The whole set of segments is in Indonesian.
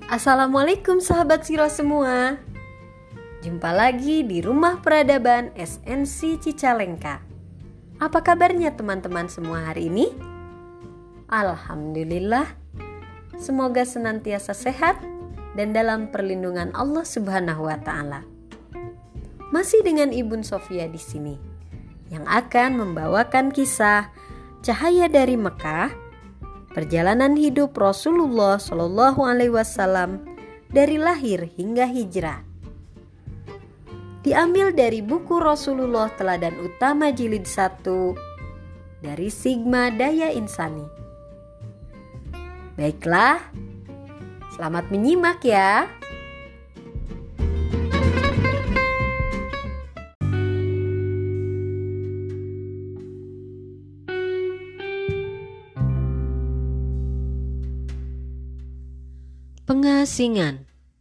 Assalamualaikum sahabat Siro semua. Jumpa lagi di Rumah Peradaban SNC Cicalengka. Apa kabarnya teman-teman semua hari ini? Alhamdulillah. Semoga senantiasa sehat dan dalam perlindungan Allah Subhanahu wa taala. Masih dengan Ibu Sofia di sini yang akan membawakan kisah Cahaya dari Mekah, perjalanan hidup Rasulullah Shallallahu Alaihi Wasallam dari lahir hingga hijrah. Diambil dari buku Rasulullah Teladan Utama Jilid 1 dari Sigma Daya Insani. Baiklah, selamat menyimak ya. Pengasingan.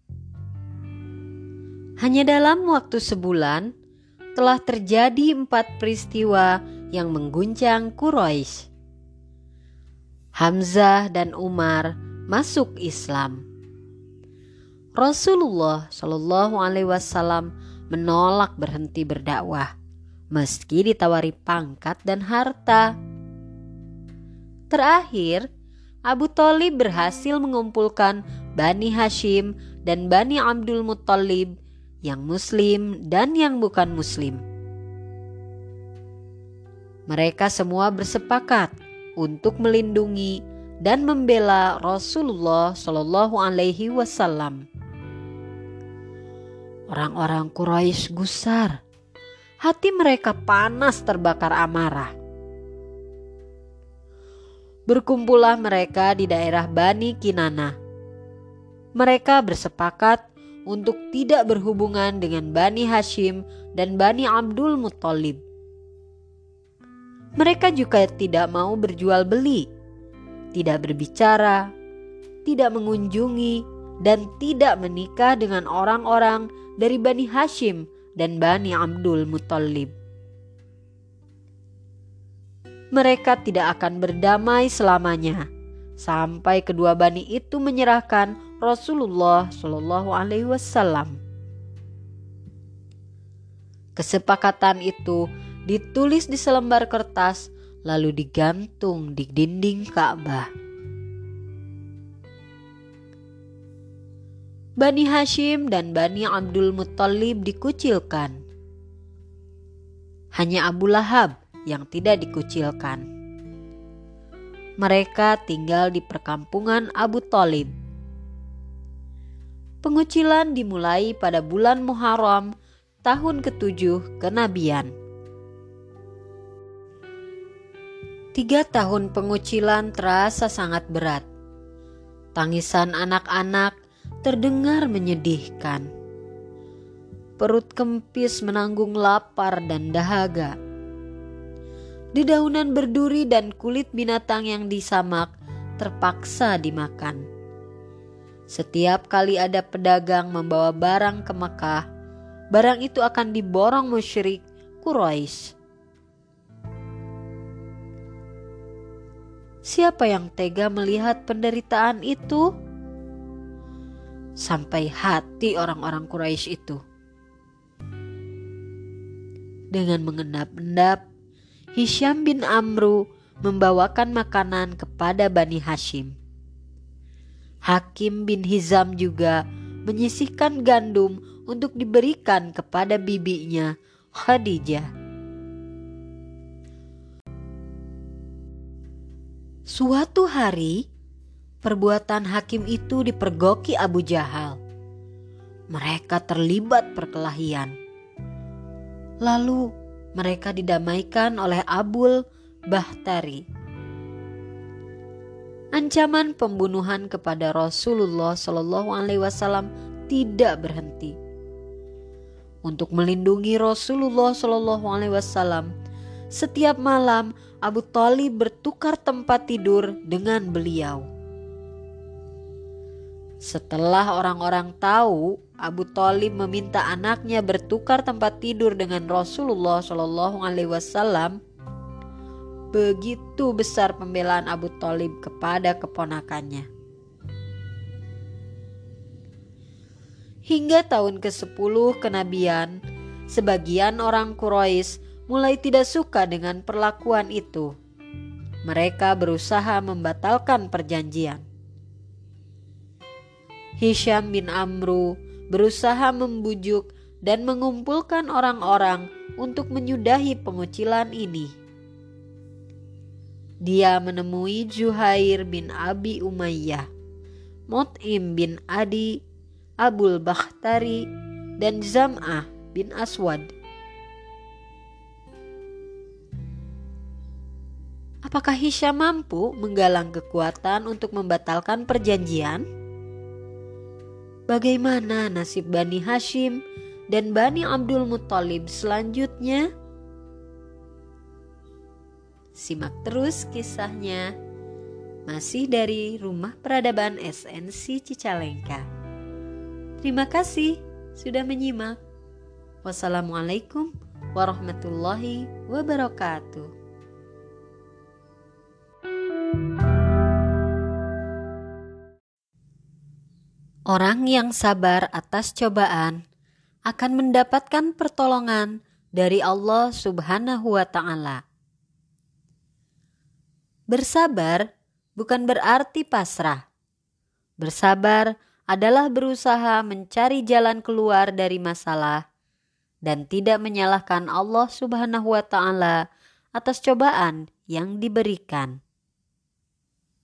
Hanya dalam waktu sebulan telah terjadi 4 peristiwa yang mengguncang Quraisy. Hamzah dan Umar masuk Islam. Rasulullah Shallallahu Alaihi Wasallam menolak berhenti berdakwah meski ditawari pangkat dan harta. Terakhir, Abu Thalib berhasil mengumpulkan Bani Hashim dan Bani Abdul Muttalib, yang muslim dan yang bukan muslim. Mereka semua bersepakat untuk melindungi dan membela Rasulullah Shallallahu Alaihi Wasallam. Orang-orang Quraisy gusar, hati mereka panas terbakar amarah. Berkumpullah mereka di daerah Bani Kinanah. Mereka bersepakat untuk tidak berhubungan dengan Bani Hashim dan Bani Abdul Muttalib. Mereka juga tidak mau berjual beli, tidak berbicara, tidak mengunjungi, dan tidak menikah dengan orang-orang dari Bani Hashim dan Bani Abdul Muttalib. Mereka tidak akan berdamai selamanya sampai kedua bani itu menyerahkan Rasulullah Shallallahu Alaihi Wasallam. Kesepakatan itu ditulis di selembar kertas lalu digantung di dinding Ka'bah. Bani Hashim dan Bani Abdul Muttalib dikucilkan. Hanya Abu Lahab yang tidak dikucilkan. Mereka tinggal di perkampungan Abu Thalib. Pengucilan dimulai pada bulan Muharram tahun ke-7 kenabian. 3 tahun pengucilan terasa sangat berat. Tangisan anak-anak terdengar menyedihkan. Perut kempis menanggung lapar dan dahaga. Dedaunan berduri dan kulit binatang yang disamak terpaksa dimakan. Setiap kali ada pedagang membawa barang ke Mekah, barang itu akan diborong musyrik Quraisy. Siapa yang tega melihat penderitaan itu? Sampai hati orang-orang Quraisy itu. Dengan mengendap-endap, Hisham bin Amru membawakan makanan kepada Bani Hashim. Hakim bin Hizam juga menyisihkan gandum untuk diberikan kepada bibinya Khadijah. Suatu hari, perbuatan hakim itu dipergoki Abu Jahal. Mereka terlibat perkelahian. Lalu mereka didamaikan oleh Abul Bahtari. Ancaman pembunuhan kepada Rasulullah Shallallahu Alaihi Wasallam tidak berhenti. Untuk melindungi Rasulullah Shallallahu Alaihi Wasallam, setiap malam Abu Thalib bertukar tempat tidur dengan beliau. Setelah orang-orang tahu Abu Thalib meminta anaknya bertukar tempat tidur dengan Rasulullah Shallallahu Alaihi Wasallam, begitu besar pembelaan Abu Thalib kepada keponakannya. Hingga tahun ke-10 kenabian, sebagian orang Quraisy mulai tidak suka dengan perlakuan itu. Mereka berusaha membatalkan perjanjian. Hisham bin Amru berusaha membujuk dan mengumpulkan orang-orang untuk menyudahi pengucilan ini. Dia menemui Juhair bin Abi Umayyah, Mut'im bin Adi, Abul Bakhtari, dan Zam'ah bin Aswad. Apakah Hisham mampu menggalang kekuatan untuk membatalkan perjanjian? Bagaimana nasib Bani Hashim dan Bani Abdul Muttalib selanjutnya? Simak terus kisahnya, masih dari Rumah Peradaban SNC Cicalengka. Terima kasih sudah menyimak. Wassalamualaikum warahmatullahi wabarakatuh. Orang yang sabar atas cobaan akan mendapatkan pertolongan dari Allah Subhanahu wa Ta'ala. Bersabar bukan berarti pasrah. Bersabar adalah berusaha mencari jalan keluar dari masalah dan tidak menyalahkan Allah Subhanahu wa Ta'ala atas cobaan yang diberikan.